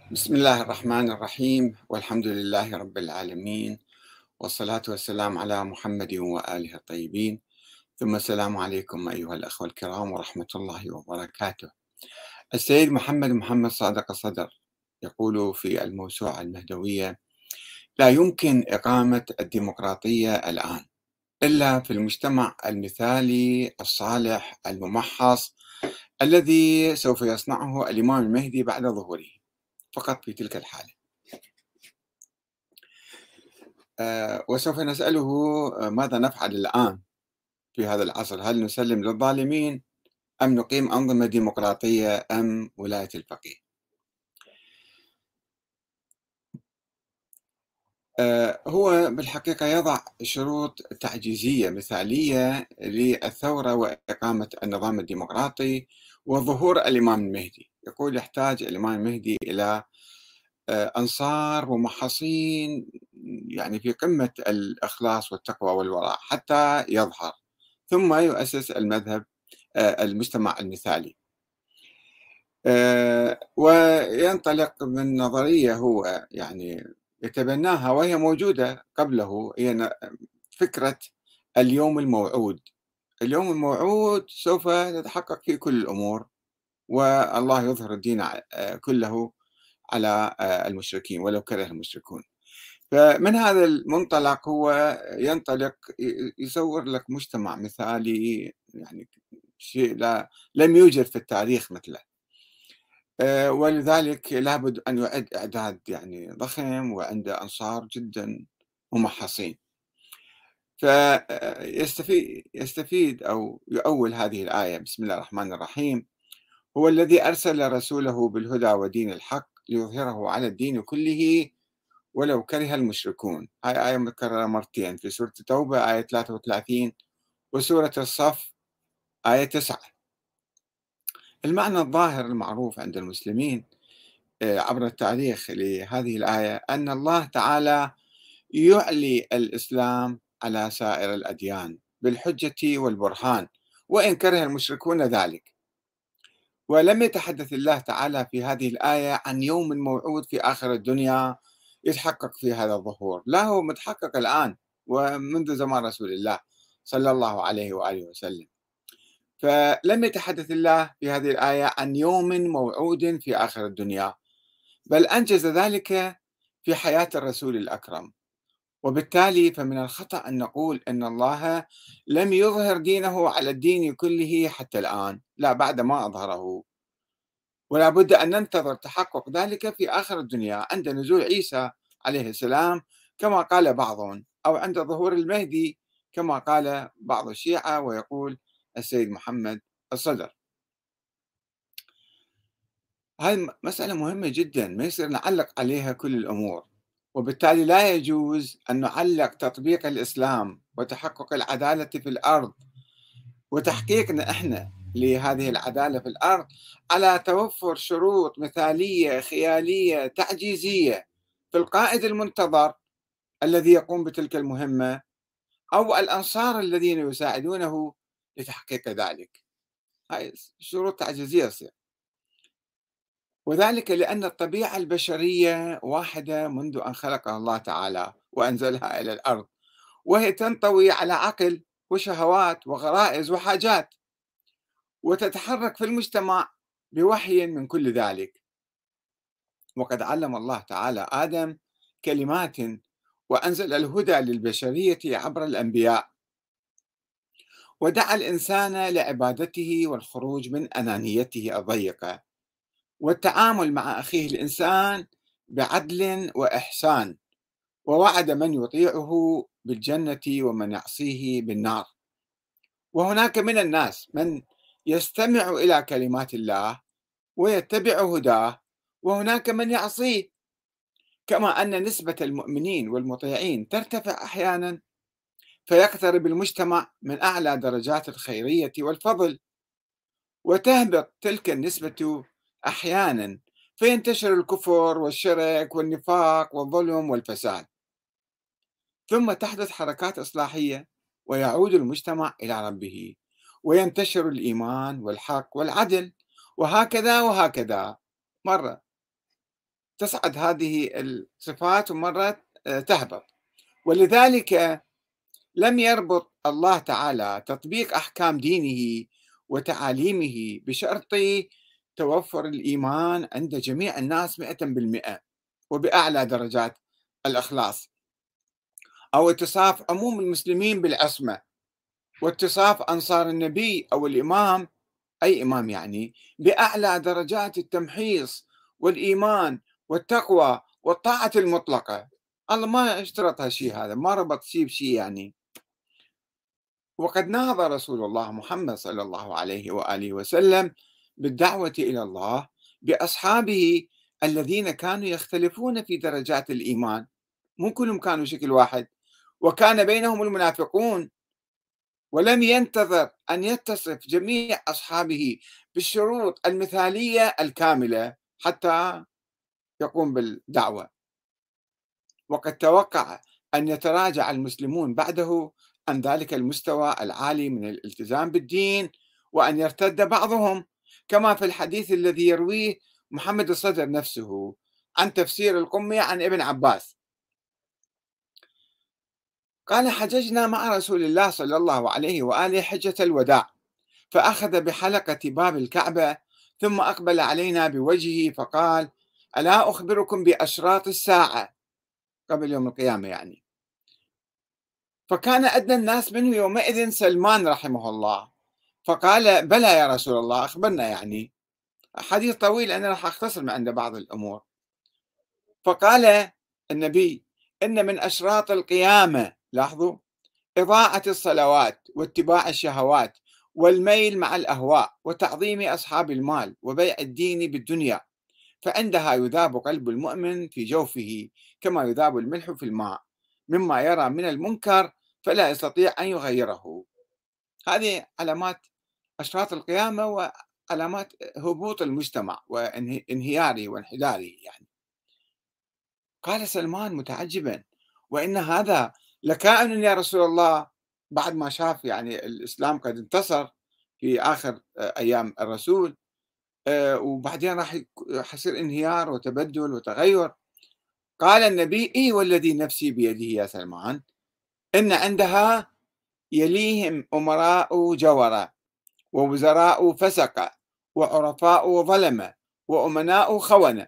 بسم الله الرحمن الرحيم والحمد لله رب العالمين والصلاة والسلام على محمد وآله الطيبين ثم السلام عليكم أيها الأخوة الكرام ورحمة الله وبركاته. السيد محمد صادق الصدر يقول في الموسوعة المهدوية: لا يمكن إقامة الديمقراطية الآن إلا في المجتمع المثالي الصالح الممحص الذي سوف يصنعه الإمام المهدي بعد ظهوره، فقط في تلك الحالة. وسوف نسأله ماذا نفعل الآن في هذا العصر؟ هل نسلم للظالمين أم نقيم أنظمة ديمقراطية أم ولاية الفقيه؟ هو بالحقيقة يضع شروط تعجيزية مثالية للثورة وإقامة النظام الديمقراطي وظهور الإمام المهدي. يقول يحتاج الإمام المهدي إلى أنصار ممحصين، يعني في قمة الإخلاص والتقوى والوراء حتى يظهر، ثم يؤسس المذهب المجتمع المثالي. وينطلق من نظرية هو يعني يتبناها وهي موجودة قبله، هي فكرة اليوم الموعود. اليوم الموعود سوف تتحقق فيه كل الأمور، والله يظهر الدين كله على المشركين ولو كره المشركون. فمن هذا المنطلق هو ينطلق يصور لك مجتمع مثالي، يعني شيء لم يوجد في التاريخ مثله. ولذلك لابد أن يعد إعداد يعني ضخم وعنده أنصار جدا ممحصين. يستفيد أو يؤول هذه الآية: بسم الله الرحمن الرحيم، هو الذي أرسل رسوله بالهدى ودين الحق ليظهره على الدين كله ولو كره المشركون. هاي آية مكررة مرتين في سورة التوبة آية 33 وسورة الصف آية 9. المعنى الظاهر المعروف عند المسلمين عبر التاريخ لهذه الآية أن الله تعالى يعلي الإسلام على سائر الأديان بالحجة والبرهان وإن كره المشركون ذلك. ولم يتحدث الله تعالى في هذه الآية عن يوم موعود في آخر الدنيا يتحقق في هذا الظهور، لا، هو متحقق الآن ومنذ زمان رسول الله صلى الله عليه وآله وسلم. فلم يتحدث الله في هذه الآية عن يوم موعود في آخر الدنيا، بل أنجز ذلك في حياة الرسول الأكرم. وبالتالي فمن الخطأ أن نقول أن الله لم يظهر دينه على الدين كله حتى الآن، لا، بعد ما أظهره، ولا بد أن ننتظر تحقق ذلك في آخر الدنيا عند نزول عيسى عليه السلام كما قال بعضهم، أو عند ظهور المهدي كما قال بعض الشيعة ويقول السيد محمد الصدر. هاي مسألة مهمة جدا، ما يصير نعلق عليها كل الأمور، وبالتالي لا يجوز أن نعلق تطبيق الإسلام وتحقق العدالة في الأرض وتحقيقنا إحنا لهذه العدالة في الأرض على توفر شروط مثالية خيالية تعجيزية في القائد المنتظر الذي يقوم بتلك المهمة أو الأنصار الذين يساعدونه لتحقيق ذلك. هاي شروط تعجيزية تصير، وذلك لأن الطبيعة البشرية واحدة منذ أن خلقها الله تعالى وأنزلها إلى الأرض، وهي تنطوي على عقل وشهوات وغرائز وحاجات، وتتحرك في المجتمع بوحي من كل ذلك. وقد علم الله تعالى آدم كلمات وأنزل الهدى للبشرية عبر الأنبياء، ودعا الإنسان لعبادته والخروج من أنانيته الضيقة والتعامل مع أخيه الإنسان بعدل وإحسان، ووعد من يطيعه بالجنة ومن يعصيه بالنار. وهناك من الناس من يستمع إلى كلمات الله ويتبع هداه، وهناك من يعصيه، كما أن نسبة المؤمنين والمطيعين ترتفع أحيانا فيقترب المجتمع من أعلى درجات الخيرية والفضل، وتهبط تلك النسبة أحيانا فينتشر الكفر والشرك والنفاق والظلم والفساد، ثم تحدث حركات إصلاحية ويعود المجتمع إلى ربه وينتشر الإيمان والحق والعدل، وهكذا وهكذا مرة تصعد هذه الصفات ومرة تهبط. ولذلك لم يربط الله تعالى تطبيق أحكام دينه وتعاليمه بشرط توفر الإيمان عند جميع الناس 100% وبأعلى درجات الإخلاص، أو اتصاف عموم المسلمين بالعصمة، واتصاف أنصار النبي أو الإمام، أي إمام يعني، بأعلى درجات التمحيص والإيمان والتقوى والطاعة المطلقة. الله ما اشترط هالشيء، هذا ما ربط شيء بشيء يعني. وقد نهض رسول الله محمد صلى الله عليه وآله وسلم بالدعوة إلى الله بأصحابه الذين كانوا يختلفون في درجات الإيمان، مو كلهم كانوا شكل واحد، وكان بينهم المنافقون، ولم ينتظر أن يتصف جميع أصحابه بالشروط المثالية الكاملة حتى يقوم بالدعوة. وقد توقع أن يتراجع المسلمون بعده عن ذلك المستوى العالي من الالتزام بالدين، وأن يرتد بعضهم، كما في الحديث الذي يرويه محمد الصدر نفسه عن تفسير القمي عن ابن عباس قال: حججنا مع رسول الله صلى الله عليه وآله حجة الوداع، فأخذ بحلقة باب الكعبة ثم أقبل علينا بوجهه فقال: ألا أخبركم بأشراط الساعة، قبل يوم القيامة يعني. فكان أدنى الناس منه يومئذ سلمان رحمه الله، فقال: بلى يا رسول الله، أخبرنا يعني. حديث طويل، أنا راح أختصر من عند بعض الأمور. فقال النبي: إن من أشراط القيامة، لاحظوا، إضاعة الصلوات واتباع الشهوات والميل مع الأهواء وتعظيم أصحاب المال وبيع الدين بالدنيا، فعندها يذاب قلب المؤمن في جوفه كما يذاب الملح في الماء مما يرى من المنكر فلا يستطيع أن يغيره. هذه علامات أشراط القيامة وعلامات هبوط المجتمع وانهياره وانحداره يعني. قال سلمان متعجبا: وإن هذا لكائن يا رسول الله؟ بعد ما شاف يعني الإسلام قد انتصر في آخر أيام الرسول، وبعدين راح يصير انهيار وتبدل وتغير. قال النبي: إي والذي نفسي بيده يا سلمان، إن عندها يليهم أمراء جورا ووزراء فسقة وعرفاء ظلمة وأمناء خونة.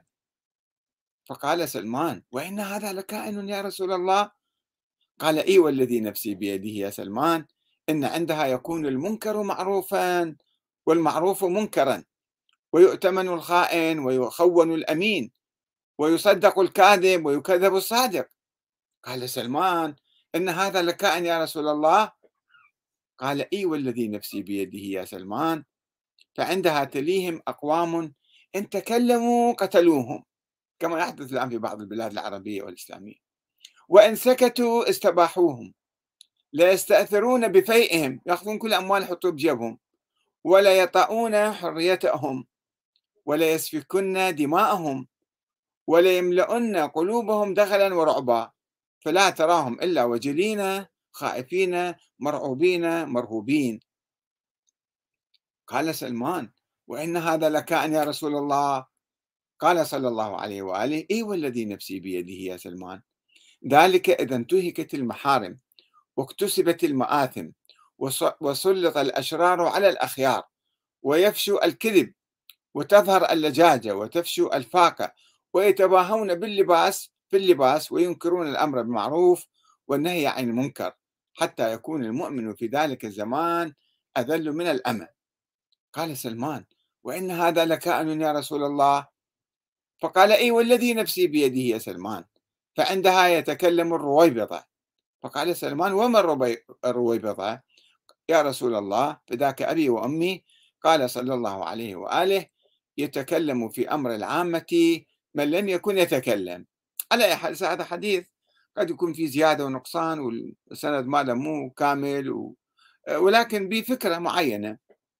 فقال سلمان: وإن هذا لكائن يا رسول الله؟ قال: إي والذي نفسي بيده يا سلمان، إن عندها يكون المنكر معروفا والمعروف منكرا، ويؤتمن الخائن ويخون الأمين، ويصدق الكاذب ويكذب الصادق. قال سلمان: إن هذا لكائن يا رسول الله؟ قال: إي والذي نفسي بيده يا سلمان، فعندها تليهم أقوام إن تكلموا قتلوهم، كما يحدث الآن في بعض البلاد العربية والإسلامية، وإن سكتوا استباحوهم، لا يستأثرون بفيئهم، يأخذون كل أموال يحطوه بجيبهم، ولا يطؤون حريتهم، ولا يسفكن دماءهم، ولا يملؤن قلوبهم دغلا ورعبا، فلا تراهم إلا وجلين خائفين مرعوبين مرهوبين. قال سلمان: وإن هذا لكائن يا رسول الله؟ قال صلى الله عليه وآله: إي والذي نفسي بيده يا سلمان، ذلك إذا انتهكت المحارم واكتسبت المآثم وسلط الأشرار على الأخيار، ويفشو الكذب وتظهر اللجاجة وتفشو الفاقة، ويتباهون باللباس في اللباس وينكرون الأمر بالمعروف والنهي عن المنكر، حتى يكون المؤمن في ذلك الزمان أذل من الأمة. قال سلمان: وإن هذا لكائن يا رسول الله؟ فقال: إي والذي نفسي بيده يا سلمان، فعندها يتكلم الرويبضة. فقال سلمان: وما الرويبضة يا رسول الله؟ فذاك أبي وأمي. قال صلى الله عليه وآله: يتكلم في أمر العامة من لم يكن يتكلم. على أي حال هذا حديث قد يكون في زيادة ونقصان والسند ماله مو كامل ولكن بفكرة معينة.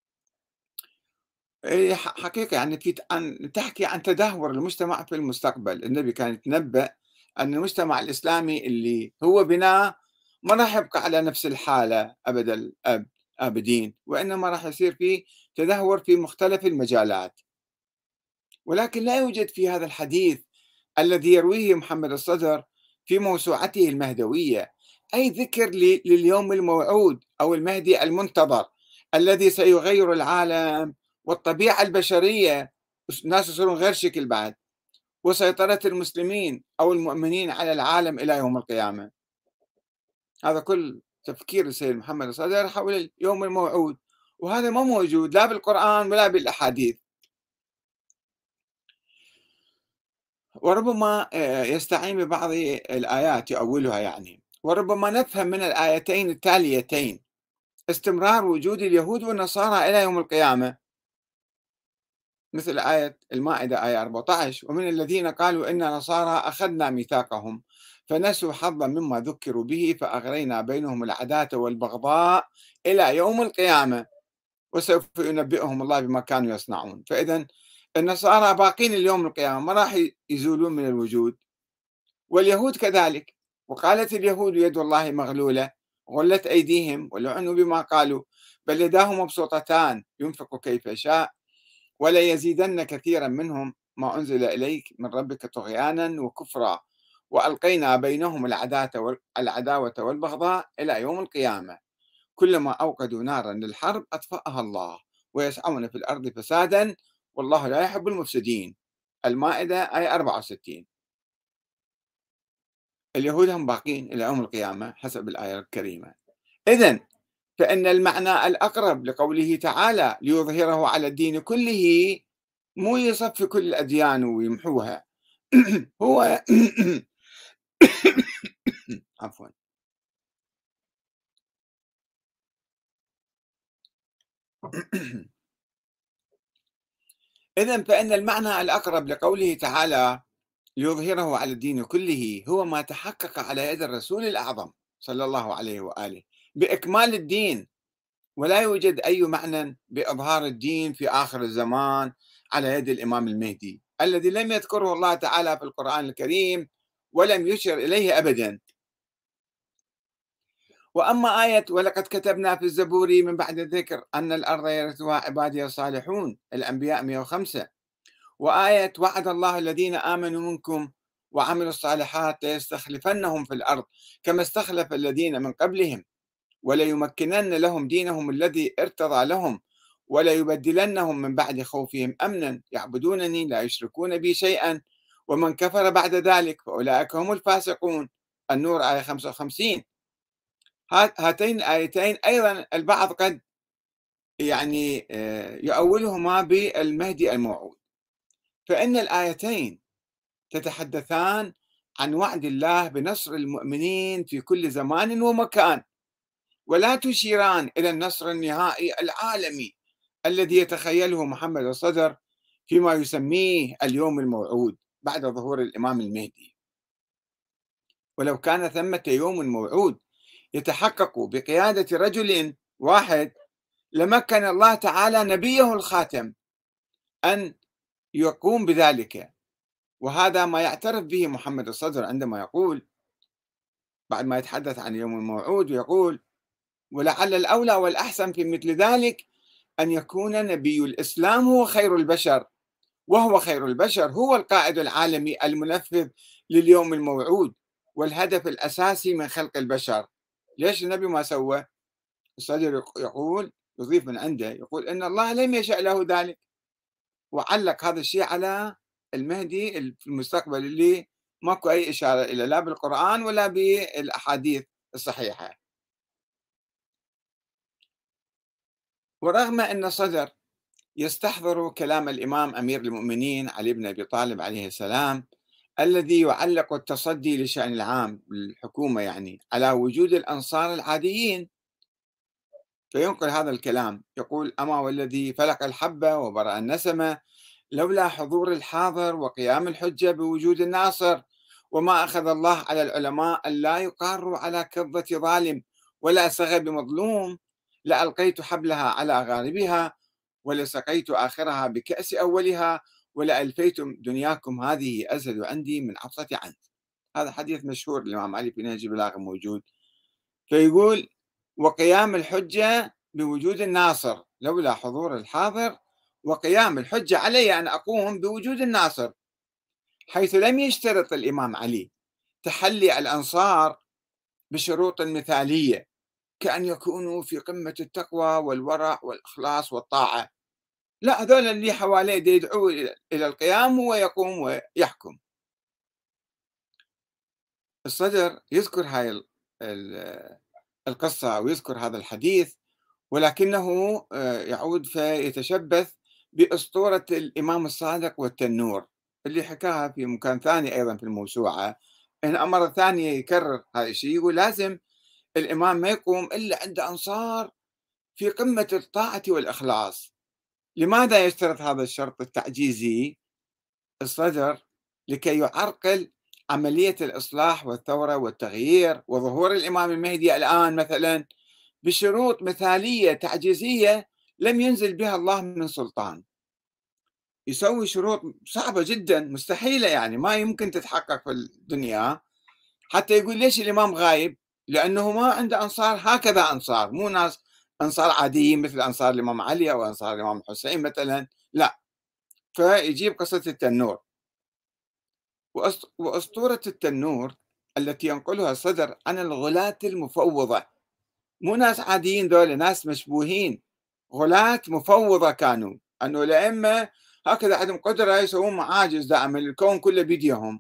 حقيقة يعني تحكي عن تدهور المجتمع في المستقبل. النبي كان يتنبأ أن المجتمع الإسلامي اللي هو بناه ما راح يبقى على نفس الحالة أبد الآبدين، وإنما راح يصير فيه تدهور في مختلف المجالات. ولكن لا يوجد في هذا الحديث الذي يرويه محمد الصدر في موسوعته المهدوية، أي ذكر لليوم الموعود أو المهدي المنتظر الذي سيغير العالم والطبيعة البشرية، الناس يصيرون غير شكل بعد، وسيطرة المسلمين أو المؤمنين على العالم إلى يوم القيامة. هذا كل تفكير السيد محمد الصدر حول اليوم الموعود، وهذا ما موجود لا بالقرآن ولا بالأحاديث. وربما يستعين ببعض الآيات يؤولها يعني، وربما نفهم من الآيتين التاليتين استمرار وجود اليهود والنصارى إلى يوم القيامة، مثل آية المائدة آية 14: ومن الذين قالوا إنا نصارى أخذنا ميثاقهم فنسوا حظا مما ذكروا به فأغرينا بينهم العداة والبغضاء إلى يوم القيامة وسوف ينبئهم الله بما كانوا يصنعون. فإذا النصارى باقين اليوم القيامة، ما راح يزولون من الوجود، واليهود كذلك. وقالت اليهود يد الله مغلولة غلت أيديهم ولعنوا بما قالوا بل يداه مبسوطتان ينفق كيف يشاء ولا يزيدن كثيرا منهم ما أنزل إليك من ربك طغيانا وكفرا وألقينا بينهم العداوة والبغضاء إلى يوم القيامة كلما أوقدوا نارا للحرب أطفأها الله ويسعون في الأرض فسادا والله لا يحب المفسدين. المائدة آية 64. اليهود هم باقين إلى يوم القيامة حسب الآية الكريمة. إذن فإن المعنى الأقرب لقوله تعالى ليظهره على الدين كله مو يصفي كل الأديان ويمحوها هو عفوا. إذن فإن المعنى الأقرب لقوله تعالى ليظهره على الدين كله هو ما تحقق على يد الرسول الأعظم صلى الله عليه وآله بإكمال الدين، ولا يوجد أي معنى بإظهار الدين في آخر الزمان على يد الإمام المهدي الذي لم يذكره الله تعالى في القرآن الكريم ولم يشر إليه أبدا. وأما آية ولقد كتبنا في الزبور من بعد الذكر أن الأرض يرثها عبادي الصالحون الأنبياء 105، وآية وعد الله الذين آمنوا منكم وعملوا الصالحات ليستخلفنهم في الأرض كما استخلف الذين من قبلهم وليمكنن لهم دينهم الذي ارتضى لهم وليبدلنهم من بعد خوفهم أمنا يعبدونني لا يشركون بي شيئا ومن كفر بعد ذلك فأولئك هم الفاسقون. النور آية 55. هاتين الآيتين أيضا البعض قد يعني يؤولهما بالمهدي الموعود، فإن الآيتين تتحدثان عن وعد الله بنصر المؤمنين في كل زمان ومكان، ولا تشيران إلى النصر النهائي العالمي الذي يتخيله محمد الصدر فيما يسميه اليوم الموعود بعد ظهور الإمام المهدي. ولو كان ثمة يوم موعود يتحقق بقيادة رجل واحد لمكن الله تعالى نبيه الخاتم أن يقوم بذلك، وهذا ما يعترف به محمد الصدر عندما يقول بعد ما يتحدث عن يوم الموعود يقول ولعل الأولى والأحسن في مثل ذلك أن يكون نبي الإسلام هو خير البشر، وهو خير البشر هو القائد العالمي المنفذ لليوم الموعود والهدف الأساسي من خلق البشر. ليش النبي ما سوى؟ الصدر يقول يضيف من عنده يقول إن الله لم يشأ له ذلك، وعلق هذا الشيء على المهدي في المستقبل اللي ماكو أي إشارة إلى لا بالقرآن ولا بالأحاديث الصحيحة. ورغم أن الصدر يستحضر كلام الإمام أمير المؤمنين علي بن أبي طالب عليه السلام الذي يعلق التصدي للشأن العام للحكومة يعني على وجود الأنصار العاديين، فينقل هذا الكلام يقول أما والذي فلق الحبة وبرأ النسمة لولا حضور الحاضر وقيام الحجة بوجود الناصر وما أخذ الله على العلماء أن لا يقاروا على كظة ظالم ولا سغب مظلوم لألقيت حبلها على غاربها ولسقيت آخرها بكأس أولها ولألفيتم دنياكم هذه أزهد عندي من عطسة عنز. هذا حديث مشهور الإمام علي في نهج البلاغة موجود. فيقول وقيام الحجة بوجود الناصر لولا حضور الحاضر وقيام الحجة علي أن أقوم بوجود الناصر. حيث لم يشترط الإمام علي تحلي الأنصار بشروط مثالية كأن يكونوا في قمة التقوى والورع والإخلاص والطاعة. لا، هذول اللي حواليه دي يدعوه إلى القيام ويقوم ويحكم. الصدر يذكر هاي القصة ويذكر هذا الحديث، ولكنه يعود فيتشبث بأسطورة الإمام الصادق والتنور اللي حكاها في مكان ثاني أيضا في الموسوعة. هنا مرة ثانية يكرر هذا الشيء، يقول لازم الإمام ما يقوم إلا عند أنصار في قمة الطاعة والإخلاص. لماذا يشترط هذا الشرط التعجيزي الصدر؟ لكي يعرقل عملية الإصلاح والثورة والتغيير وظهور الإمام المهدي الآن مثلا بشروط مثالية تعجيزية لم ينزل بها الله من سلطان. يسوي شروط صعبة جدا مستحيلة، يعني ما يمكن تتحقق في الدنيا، حتى يقول ليش الإمام غايب؟ لأنه ما عنده أنصار هكذا، أنصار مو ناس أنصار عاديين مثل أنصار الإمام علي أو أنصار الإمام الحسين مثلا، لا. فيجيب قصة التنور وأسطورة التنور التي ينقلها الصدر عن الغلاة المفوضة. مو ناس عاديين، دول ناس مشبوهين، غلاة مفوضة كانوا، أنه الأئمة هكذا عندهم قدرة يسوون معاجز دائما، الكون كله بيديهم.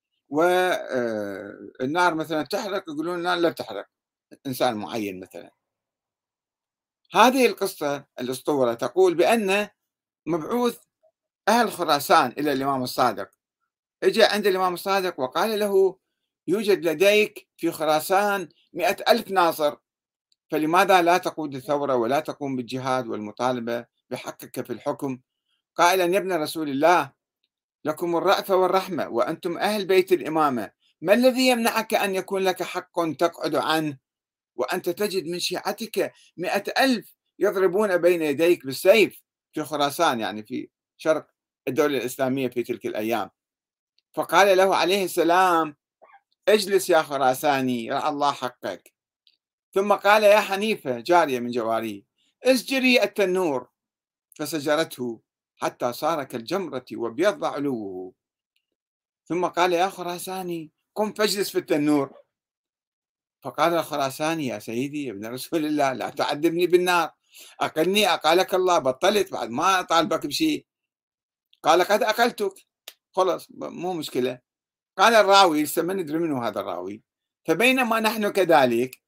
والنار مثلا تحرق يقولون النار لا تحرق إنسان معين مثلا. هذه القصة الأسطورة تقول بأن مبعوث أهل خراسان إلى الإمام الصادق اجى عند الإمام الصادق وقال له يوجد لديك في خراسان 100,000 ناصر، فلماذا لا تقود الثورة ولا تقوم بالجهاد والمطالبة بحقك في الحكم؟ قائلا يا ابن رسول الله، لكم الرأفة والرحمة وأنتم أهل بيت الإمامة، ما الذي يمنعك أن يكون لك حق تقعد عنه وأنت تجد من شيعتك 100,000 يضربون بين يديك بالسيف في خراسان، يعني في شرق الدولة الإسلامية في تلك الأيام. فقال له عليه السلام اجلس يا خراساني رعى الله حقك. ثم قال يا حنيفة جارية من جواريه اسجري التنور، فسجرته حتى صار كالجمرة وابيض علوه. ثم قال يا خراساني قم فاجلس في التنور. فقال الخراساني يا سيدي يا ابن رسول الله لا تعذبني بالنار، أقلني أقالك الله، بطلت بعد ما أطالبك بشيء. قال قد أقلتك، خلص مو مشكلة. قال الراوي لسه ما ندري منه هذا الراوي، فبينما نحن كذلك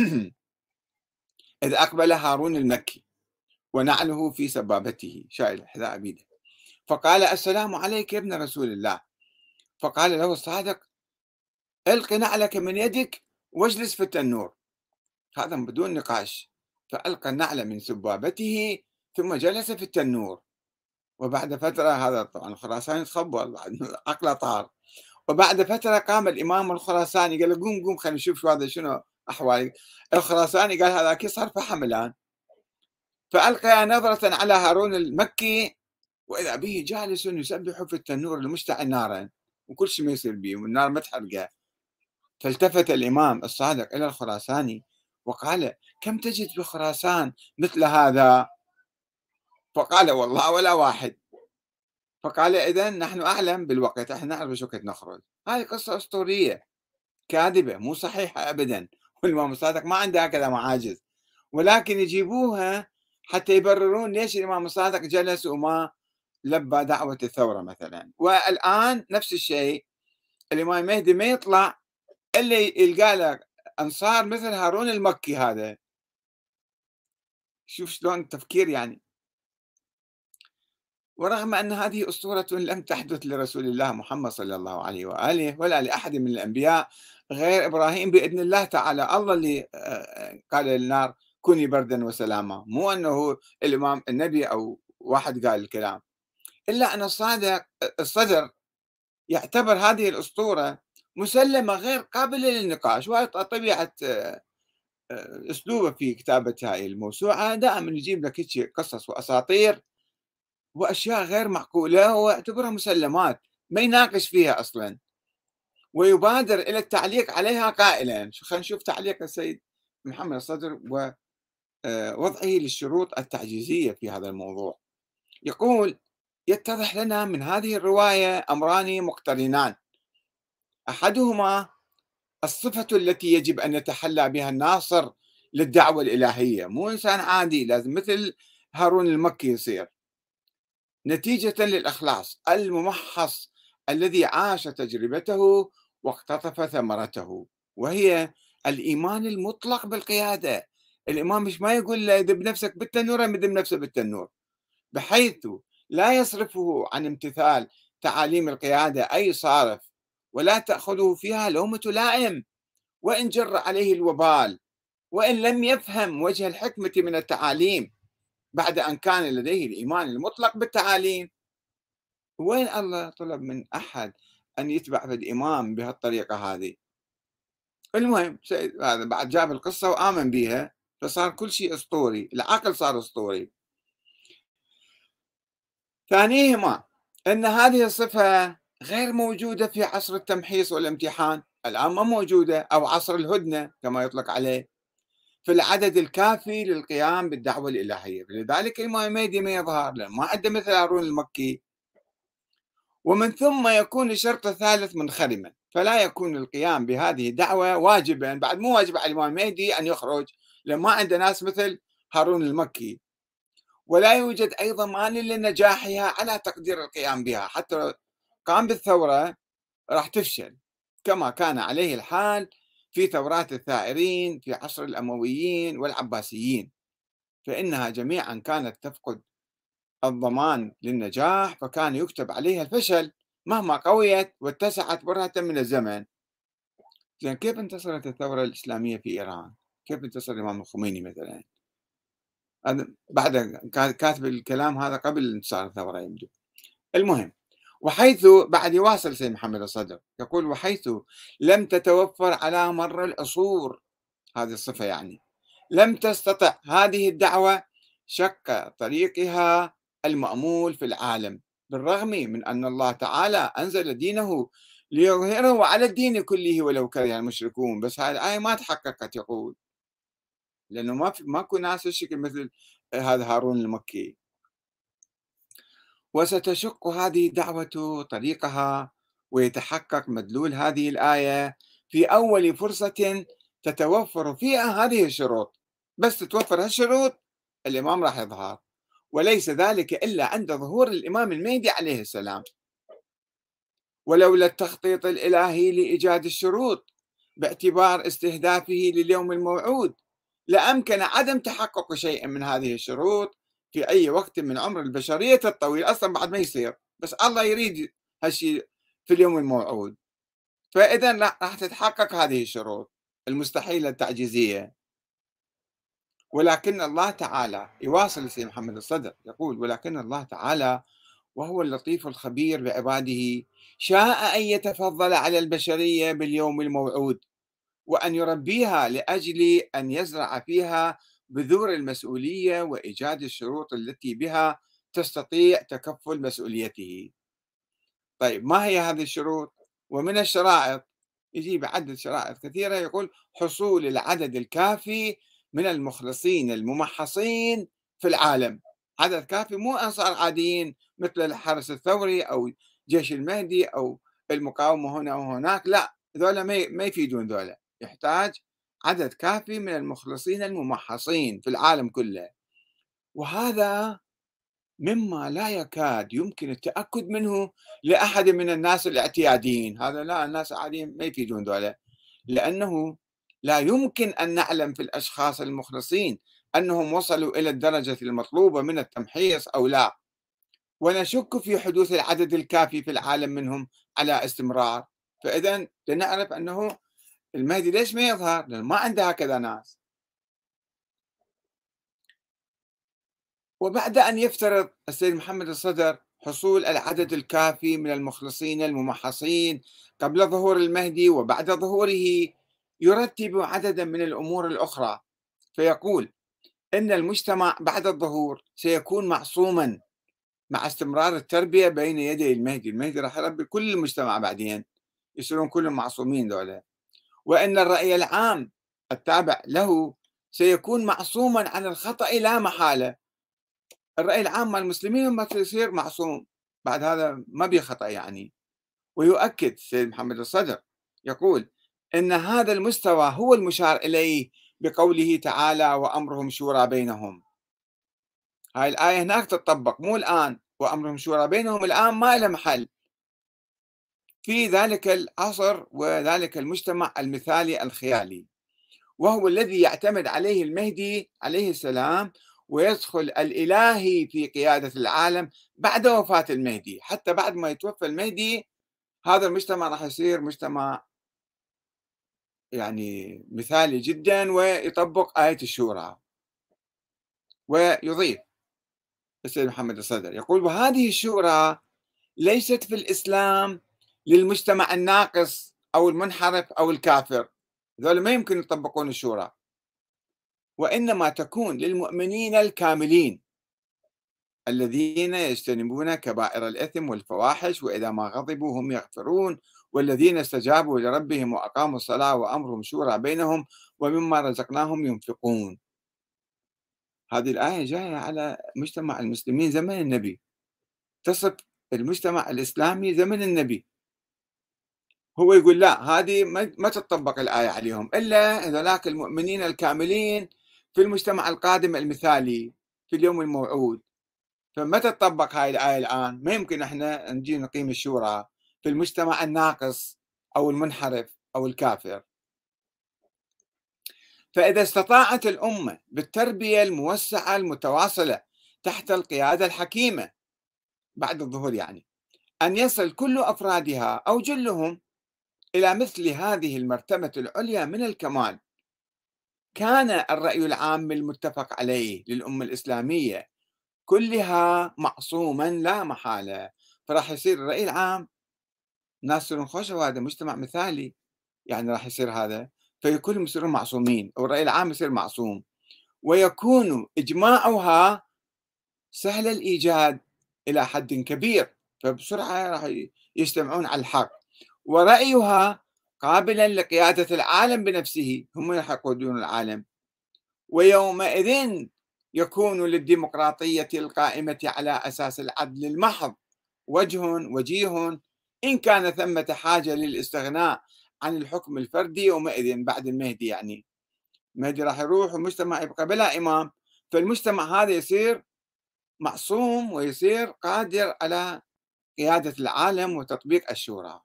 إذ أقبل هارون المكي ونعله في سبابته شايل حذاء بيده، فقال السلام عليك يا ابن رسول الله. فقال له الصادق الق نعلك من يدك واجلس في التنور، هذا بدون نقاش. فألقى النعل من سبابته ثم جلس في التنور. وبعد فترة، هذا طبعا الخراساني تخبل بعد عقله طار، وبعد فترة قام الإمام الخراساني قال له قوم قوم خلينا نشوف شو هذا شنو أحوالك. الخراساني قال هذاك صار فحم الآن. فألقى نظرة على هارون المكي وإذا به جالس يسبح في التنور المشتعل نارا، وكل شيء ما يصير به والنار ما تحرقه. فالتفت الإمام الصادق إلى الخراساني وقال كم تجد في خراسان مثل هذا؟ فقال والله ولا واحد. فقال إذا نحن أعلم بالوقت، احنا نعرف ايش وقت نخرج. هذه قصة أسطورية كاذبة مو صحيحة أبدا، والإمام الصادق ما عنده هكذا معاجز، ولكن يجيبوها حتى يبررون ليش الإمام الصادق جلس وما لبى دعوة الثورة مثلا. والآن نفس الشيء، الإمام المهدي ما يطلع إلا يلقى له أنصار مثل هارون المكي هذا. شوف شلون التفكير يعني. ورغم أن هذه أسطورة لم تحدث لرسول الله محمد صلى الله عليه وآله ولا لأحد من الأنبياء غير إبراهيم بإذن الله تعالى، الله اللي قال للنار كوني بردا وسلاما، مو أنه الإمام النبي أو واحد قال الكلام. إلا أن الصدر يعتبر هذه الأسطورة مسلمة غير قابلة للنقاش، وهي طبيعة أسلوبه في كتابة هاي الموسوعة، دائما يجيب لك هيك قصص وأساطير وأشياء غير معقولة هو يعتبرها مسلمات، ما يناقش فيها أصلا، ويبادر إلى التعليق عليها قائلا. خلينا نشوف تعليق السيد محمد الصدر ووضعه للشروط التعجيزية في هذا الموضوع. يقول يتضح لنا من هذه الرواية أمران مقترنان، أحدهما الصفة التي يجب أن يتحلى بها الناصر للدعوة الإلهية، مو إنسان عادي، لازم مثل هارون المكي يصير، نتيجة للإخلاص الممحص الذي عاش تجربته واقتطف ثمرته، وهي الإيمان المطلق بالقيادة. الإمام مش ما يقول له دب نفسك بالتنور يدب نفسه بالتنور، بحيث لا يصرفه عن امتثال تعاليم القيادة أي صارف، ولا تأخذه فيها لومة لائم وإن جر عليه الوبال، وإن لم يفهم وجه الحكمة من التعاليم بعد أن كان لديه الإيمان المطلق بالتعاليم. وين الله طلب من أحد أن يتبع في الإمام بهالطريقة هذه؟ المهم هذا بعد جاب القصة وآمن بها، فصار كل شيء أسطوري، العقل صار أسطوري. ثانيهما أن هذه الصفة غير موجودة في عصر التمحيص والامتحان، الآن ما موجودة، أو عصر الهدنة كما يطلق عليه، في العدد الكافي للقيام بالدعوة الإلهية، لذلك الإمام المهدي ما يظهر لأن ما عنده مثل هارون المكي. ومن ثم يكون الشرط الثالث منخرما، فلا يكون القيام بهذه الدعوة واجبا، بعد مو واجب على الإمام المهدي أن يخرج لأن ما عنده ناس مثل هارون المكي، ولا يوجد أي ضمان لنجاحها على تقدير القيام بها، حتى لو قام بالثورة راح تفشل كما كان عليه الحال في ثورات الثائرين في عصر الأمويين والعباسيين، فإنها جميعا كانت تفقد الضمان للنجاح، فكان يكتب عليها الفشل مهما قويت واتسعت برهة من الزمن. زين كيف انتصرت الثورة الإسلامية في إيران؟ كيف انتصر الإمام الخميني مثلا؟ هذا بعد كاتب الكلام هذا قبل انتصار الثورة يبدو. المهم، وحيث بعد يواصل سيد محمد الصدر يقول: وحيث لم تتوفر على مر العصور هذه الصفة، يعني لم تستطع هذه الدعوة شق طريقها المأمول في العالم، بالرغم من أن الله تعالى أنزل دينه ليظهره على الدين كله ولو كره المشركون، بس هذه الآية ما تحققت يقول، لأنه ماكو ناس الشكل مثل هذا هارون المكي. وستشق هذه الدعوة طريقها ويتحقق مدلول هذه الآية في أول فرصة تتوفر فيها هذه الشروط، بس تتوفر هالشروط الإمام راح يظهر، وليس ذلك إلا عند ظهور الإمام المهدي عليه السلام. ولولا التخطيط الإلهي لإيجاد الشروط باعتبار استهدافه لليوم الموعود لأمكن عدم تحقق شيء من هذه الشروط في أي وقت من عمر البشرية الطويل، أصلا بعد ما يصير، بس الله يريد هالشيء في اليوم الموعود، فإذا راح تتحقق هذه الشروط المستحيلة التعجيزية. ولكن الله تعالى، يواصل السيد محمد الصدر يقول: ولكن الله تعالى وهو اللطيف الخبير بعباده شاء أن يتفضل على البشرية باليوم الموعود وأن يربيها لأجل أن يزرع فيها بذور المسؤولية وإيجاد الشروط التي بها تستطيع تكفل مسؤوليته. طيب ما هي هذه الشروط؟ ومن الشرائط يجيب عدد شرائط كثيرة، يقول: حصول العدد الكافي من المخلصين الممحصين في العالم، عدد كافي، مو أنصار عاديين مثل الحرس الثوري أو جيش المهدي أو المقاومة هنا وهناك، لا، ذولا ما يفيدون، ذولا يحتاج عدد كافي من المخلصين الممحصين في العالم كله، وهذا مما لا يكاد يمكن التأكد منه لأحد من الناس الاعتياديين، هذا لا، الناس العاديين ما يفيدون ذولا، لأنه لا يمكن أن نعلم في الأشخاص المخلصين أنهم وصلوا إلى الدرجة المطلوبة من التمحيص أو لا، ونشك في حدوث العدد الكافي في العالم منهم على استمرار، فإذا لنعرف أنه المهدي ليش ما يظهر؟ لأنه ما عنده هكذا ناس. وبعد أن يفترض السيد محمد الصدر حصول العدد الكافي من المخلصين الممحصين قبل ظهور المهدي وبعد ظهوره، يرتب عددا من الأمور الأخرى، فيقول إن المجتمع بعد الظهور سيكون معصوما مع استمرار التربية بين يدي المهدي، المهدي راح يربي كل المجتمع بعدين يصيرون كلهم معصومين دولة، وإن الرأي العام التابع له سيكون معصوما عن الخطأ لا محالة، الرأي العام مال المسلمين ما يصير معصوم، بعد هذا ما بيه خطأ يعني. ويؤكد السيد محمد الصدر يقول إن هذا المستوى هو المشار إليه بقوله تعالى وأمرهم شورى بينهم. هاي الآية هناك تطبق، مو الآن. وأمرهم شورى بينهم الآن ما له محل في ذلك العصر وذلك المجتمع المثالي الخيالي، وهو الذي يعتمد عليه المهدي عليه السلام، ويدخل الإلهي في قيادة العالم بعد وفاة المهدي. حتى بعد ما يتوفى المهدي هذا المجتمع راح يصير مجتمع يعني مثالي جدا، ويطبق آية الشورى. ويضيف السيد محمد الصدر يقول وهذه الشورى ليست في الإسلام للمجتمع الناقص أو المنحرف أو الكافر، هذول ما يمكن يطبقون الشورى، وإنما تكون للمؤمنين الكاملين الذين يجتنبون كبائر الإثم والفواحش، وإذا ما غضبوا هم يغفرون، والذين استجابوا لربهم وأقاموا الصلاة وأمرهم شورى بينهم ومما رزقناهم ينفقون. هذه الآية جاية على مجتمع المسلمين زمن النبي، تصف المجتمع الإسلامي زمن النبي. هو يقول لا، هذه ما تطبق الآية عليهم إلا هذولاك المؤمنين الكاملين في المجتمع القادم المثالي في اليوم الموعود. فمتى تطبق هاي الآية الآن؟ ما يمكن احنا نجي نقيم الشورى في المجتمع الناقص أو المنحرف أو الكافر. فإذا استطاعت الأمة بالتربية الموسعة المتواصلة تحت القيادة الحكيمة بعد الظهور يعني أن يصل كل أفرادها أو جلهم إلى مثل هذه المرتبة العليا من الكمال، كان الرأي العام المتفق عليه للأمة الإسلامية كلها معصوما لا محالة. فراح يصير الرأي العام، ناس يصيرون خوشوا هذا مجتمع مثالي، يعني راح يصير هذا، فكلهم يصيرون معصومين، والرأي العام يصير معصوم، ويكون إجماعها سهل الإيجاد إلى حد كبير، فبسرعة راح يجتمعون على الحق، ورأيها قابلا لقيادة العالم بنفسه، هم راح يقودون العالم. ويومئذ يكون للديمقراطية القائمة على أساس العدل المحض وجيه، إن كان ثمة حاجة للاستغناء عن الحكم الفردي يومئذ بعد المهدي. يعني المهدي راح يروح والمجتمع يبقى بلا إمام، فالمجتمع هذا يصير معصوم ويصير قادر على قيادة العالم وتطبيق الشورى.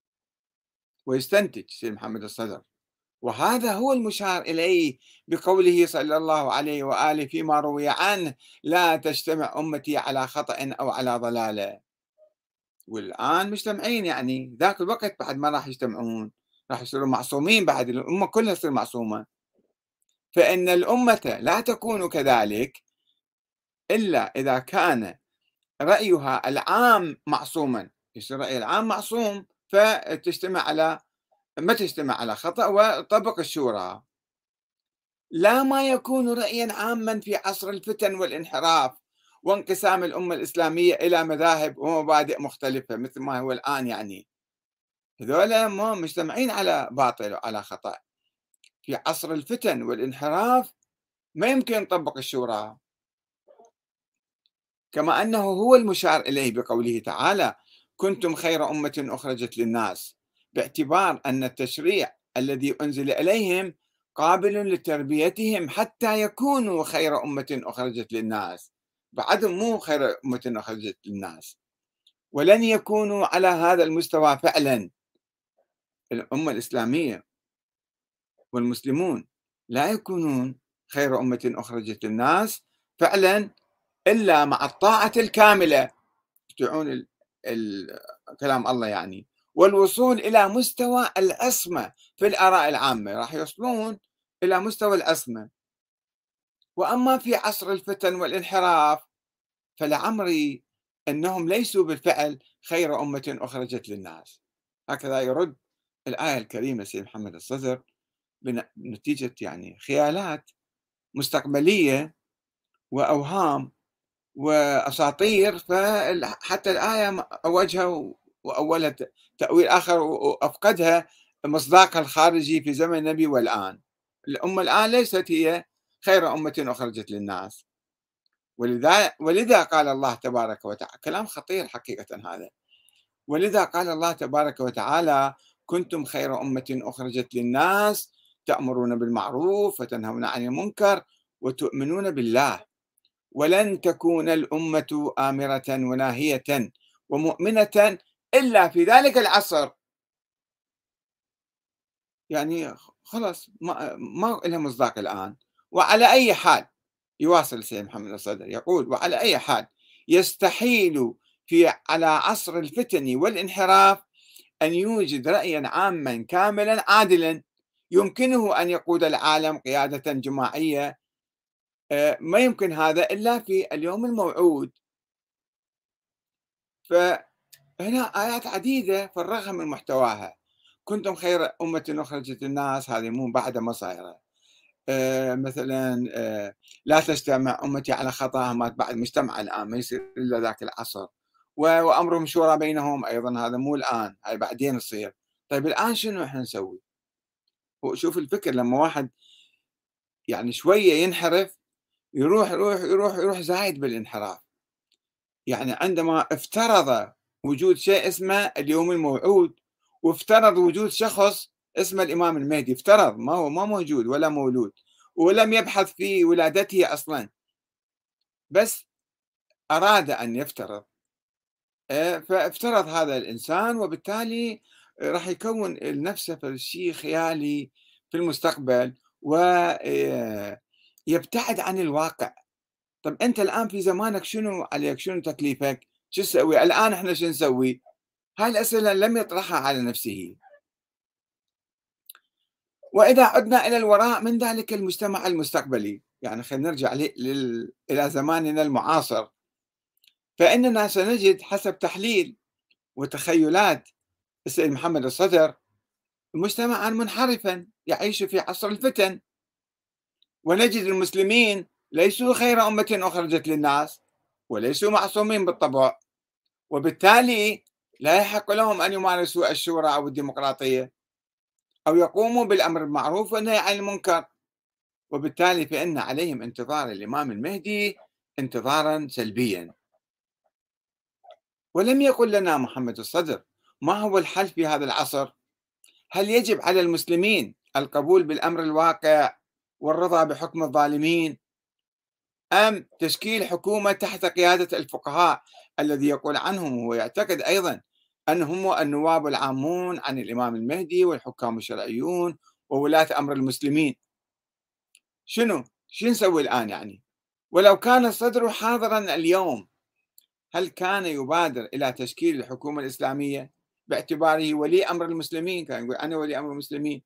ويستنتج سيد محمد الصدر وهذا هو المشار إليه بقوله صلى الله عليه وآله فيما روي عنه لا تجتمع أمتي على خطأ أو على ضلالة. والآن مجتمعين، يعني ذاك الوقت بعد ما راح يجتمعون راح يصيروا معصومين، بعد الأمة كلها تصير معصومة. فإن الأمة لا تكون كذلك إلا إذا كان رأيها العام معصوما، يصير رأي العام معصوم فتجتمع على ما تجتمع على خطأ وطبق الشورى. لا ما يكون رأيا عاما في عصر الفتن والانحراف وانقسام الأمة الإسلامية إلى مذاهب ومبادئ مختلفة مثل ما هو الآن. يعني هذولا ما مجتمعين على باطل وعلى خطأ. في عصر الفتن والانحراف ما يمكن نطبق الشورى، كما أنه هو المشار إليه بقوله تعالى كنتم خير أمة أخرجت للناس، باعتبار أن التشريع الذي أنزل إليهم قابل لتربيتهم حتى يكونوا خير أمة أخرجت للناس. بعدهم مو خير أمة أخرجت للناس، ولن يكونوا على هذا المستوى فعلا. الأمة الإسلامية والمسلمون لا يكونون خير أمة أخرجت للناس فعلا إلا مع الطاعة الكاملة، يطيعون كلام الله يعني، والوصول إلى مستوى الأسمى في الآراء العامة، راح يوصلون إلى مستوى الأسمى. وأما في عصر الفتن والانحراف فلعمري أنهم ليسوا بالفعل خير أمة أخرجت للناس. هكذا يرد الآية الكريمة سيد محمد الصدر بنتيجة يعني خيالات مستقبلية وأوهام وأساطير. فحتى الآية أوجها وأولها تأويل آخر وأفقدها مصداقها الخارجي في زمن النبي والآن. الأمة الآن ليست هي خير أمة أخرجت للناس، ولذا قال الله تبارك وتعالى كلام خطير حقيقة هذا. ولذا قال الله تبارك وتعالى: كنتم خير أمة أخرجت للناس تأمرون بالمعروف وتنهون عن المنكر وتؤمنون بالله ولن تكون الأمة آمرة وناهية ومؤمنة إلا في ذلك العصر. يعني خلاص ما لها مصداق الآن. وعلى أي حال، يواصل السيد محمد الصدر يقول: وعلى أي حال يستحيل على عصر الفتن والانحراف أن يوجد رأيا عاما كاملا عادلا يمكنه أن يقود العالم قيادة جماعية. ما يمكن هذا إلا في اليوم الموعود. فهنا آيات عديدة فرغها من محتواها. كنتم خير أمة أخرجت الناس، هذه مو بعد مصايرة. مثلا لا تجتمع أمتي على خطاها، ما بعد مجتمع الآن، ما يصير إلا ذاك العصر. وأمرهم شورى بينهم، أيضا هذا مو الآن، هاي بعدين يصير. طيب الآن شنو إحنا نسوي؟ شوف الفكر، لما واحد يعني شوية ينحرف يروح زايد بالانحراف. يعني عندما افترض وجود شيء اسمه اليوم الموعود، وافترض وجود شخص اسمه الإمام المهدي، افترض، ما هو ما موجود ولا مولود، ولم يبحث في ولادته أصلا، بس أراد أن يفترض. فافترض هذا الإنسان، وبالتالي راح يكون لنفسه شيء خيالي في المستقبل، ويبتعد عن الواقع. طب أنت الآن في زمانك شنو عليك؟ شنو تكليفك؟ شو تسوي؟ الآن إحنا شو نسوي؟ هاي الأسئلة لم يطرحها على نفسه. وإذا عدنا إلى الوراء من ذلك المجتمع المستقبلي، يعني خلينا نرجع إلى زماننا المعاصر، فإننا سنجد حسب تحليل وتخيلات السيد محمد الصدر مجتمعا منحرفا يعيش في عصر الفتن، ونجد المسلمين ليسوا خير أمة أخرجت للناس وليسوا معصومين بالطبع، وبالتالي لا يحق لهم أن يمارسوا الشورى أو الديمقراطية أو يقوموا بالأمر بالمعروف والنهي عن المنكر. وبالتالي فإن عليهم انتظار الإمام المهدي انتظارا سلبيا. ولم يقل لنا محمد الصدر ما هو الحل في هذا العصر. هل يجب على المسلمين القبول بالأمر الواقع والرضا بحكم الظالمين، أم تشكيل حكومة تحت قيادة الفقهاء الذي يقول عنهم ويعتقد أيضا أنهم النواب العامون عن الإمام المهدي والحكام الشرعيون وولاة أمر المسلمين؟ شو نسوي الآن يعني؟ ولو كان الصدر حاضرا اليوم، هل كان يبادر إلى تشكيل الحكومة الإسلامية باعتباره ولي أمر المسلمين؟ كان يقول أنا ولي أمر المسلمين.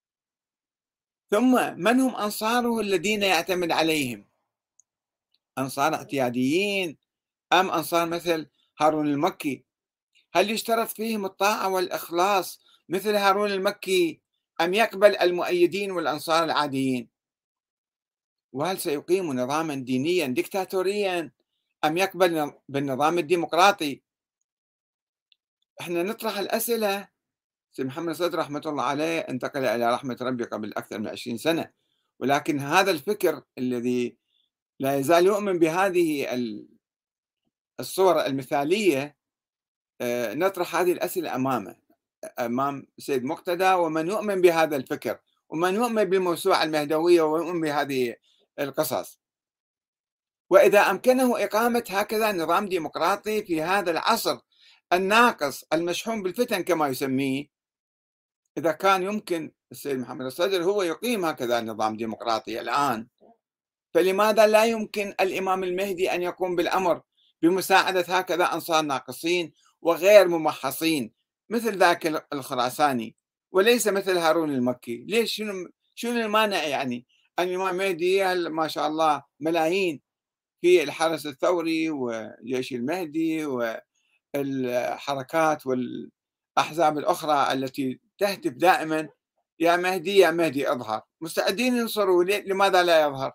ثم من هم أنصاره الذين يعتمد عليهم؟ أنصار اعتياديين أم أنصار مثل هارون المكي؟ هل يشترط فيهم الطاعة والإخلاص مثل هارون المكي، أم يقبل المؤيدين والأنصار العاديين؟ وهل سيقيم نظاما دينيا ديكتاتوريا أم يقبل بالنظام الديمقراطي؟ احنا نطرح الأسئلة. سيد محمد صدر رحمة الله عليه انتقل إلى رحمة ربي قبل أكثر من 20 سنة، ولكن هذا الفكر الذي لا يزال يؤمن بهذه الصور المثالية، نطرح هذه الأسئلة أمام سيد مقتدى ومن يؤمن بهذا الفكر ومن يؤمن بالموسوعة المهدوية ويؤمن بهذه القصص. وإذا أمكنه إقامة هكذا نظام ديمقراطي في هذا العصر الناقص المشحون بالفتن كما يسميه، إذا كان يمكن السيد محمد الصدر هو يقيم هكذا نظام ديمقراطي الآن، فلماذا لا يمكن الإمام المهدي أن يقوم بالأمر بمساعدة هكذا أنصار ناقصين وغير ممحصين مثل ذاك الخراساني، وليس مثل هارون المكي؟ ليش؟ شنو المانع يعني أن الإمام المهدي ما شاء الله ملايين في الحرس الثوري وجيش المهدي والحركات والأحزاب الأخرى التي تهتف دائما يا مهدي يا مهدي اظهر، مستعدين ينصروا، لماذا لا يظهر؟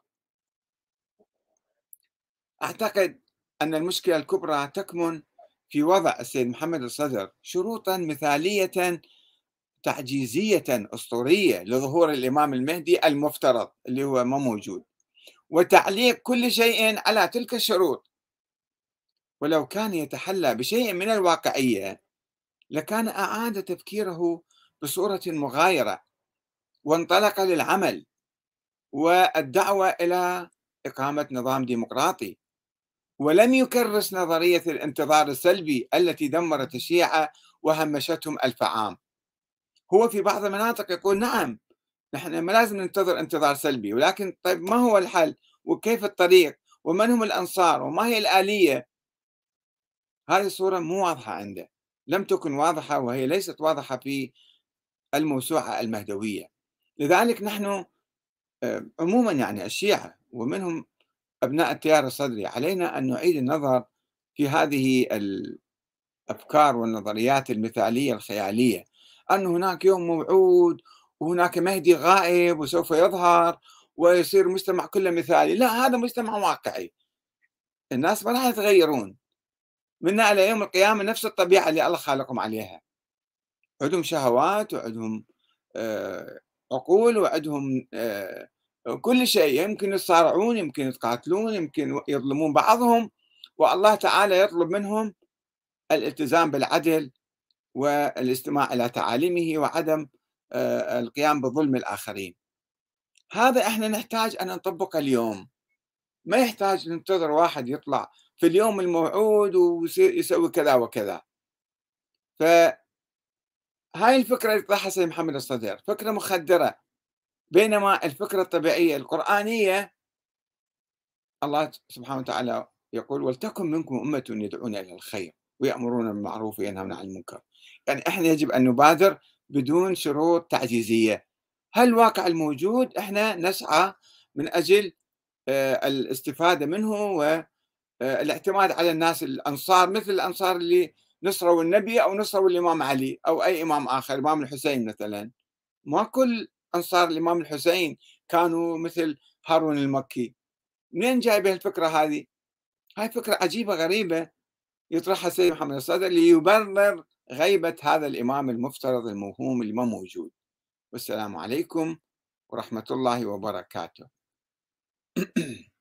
أعتقد أن المشكلة الكبرى تكمن في وضع السيد محمد الصدر شروطا مثالية تعجيزية أسطورية لظهور الإمام المهدي المفترض اللي هو ما موجود، وتعليق كل شيء على تلك الشروط. ولو كان يتحلى بشيء من الواقعية لكان أعاد تفكيره بصورة مغايرة، وانطلق للعمل والدعوة إلى إقامة نظام ديمقراطي، ولم يكرس نظرية الانتظار السلبي التي دمرت الشيعة وهمشتهم 1000 عام. هو في بعض المناطق يقول نعم، نحن ما لازم ننتظر انتظار سلبي، ولكن طيب ما هو الحل وكيف الطريق ومن هم الأنصار وما هي الآلية؟ هذه الصورة مو واضحة عنده، لم تكن واضحة، وهي ليست واضحة في الموسوعة المهدوية. لذلك نحن عموما يعني الشيعة ومنهم أبناء التيار الصدري علينا أن نعيد النظر في هذه الأفكار والنظريات المثالية الخيالية، أن هناك يوم موعود وهناك مهدي غائب وسوف يظهر ويصير مجتمع كله مثالي. لا، هذا مجتمع واقعي، الناس ما راح يتغيرون منا على يوم القيامة، نفس الطبيعة اللي الله خالقهم عليها، عندهم شهوات وعندهم آه، عقول وعندهم كل شيء، يمكن يتصارعون، يمكن يتقاتلون، يمكن يظلمون بعضهم، والله تعالى يطلب منهم الالتزام بالعدل والاستماع إلى تعاليمه وعدم القيام بظلم الآخرين. هذا احنا نحتاج أن نطبقه اليوم، ما يحتاج ننتظر واحد يطلع في اليوم الموعود ويصير يسوي كذا وكذا. فهاي الفكرة اللي طرحها سيد محمد الصدر فكرة مخدرة، بينما الفكرة الطبيعية القرآنية الله سبحانه وتعالى يقول ولتكن منكم أمة يدعون إلى الخير ويأمرون بالمعروف وينهون عن المنكر. يعني احنا يجب أن نبادر بدون شروط تعجيزية. هل الواقع الموجود احنا نسعى من أجل الاستفادة منه والاعتماد على الناس الأنصار، مثل الأنصار اللي نصروا النبي أو نصروا الإمام علي أو أي إمام آخر، الإمام الحسين مثلا. ما كل أنصار الإمام الحسين كانوا مثل هارون المكي. منين جايبه الفكرة هذه؟ هاي فكرة عجيبة غريبة يطرحها السيد محمد الصدر ليبرر غيبة هذا الإمام المفترض الموهوم اللي ما موجود. والسلام عليكم ورحمة الله وبركاته.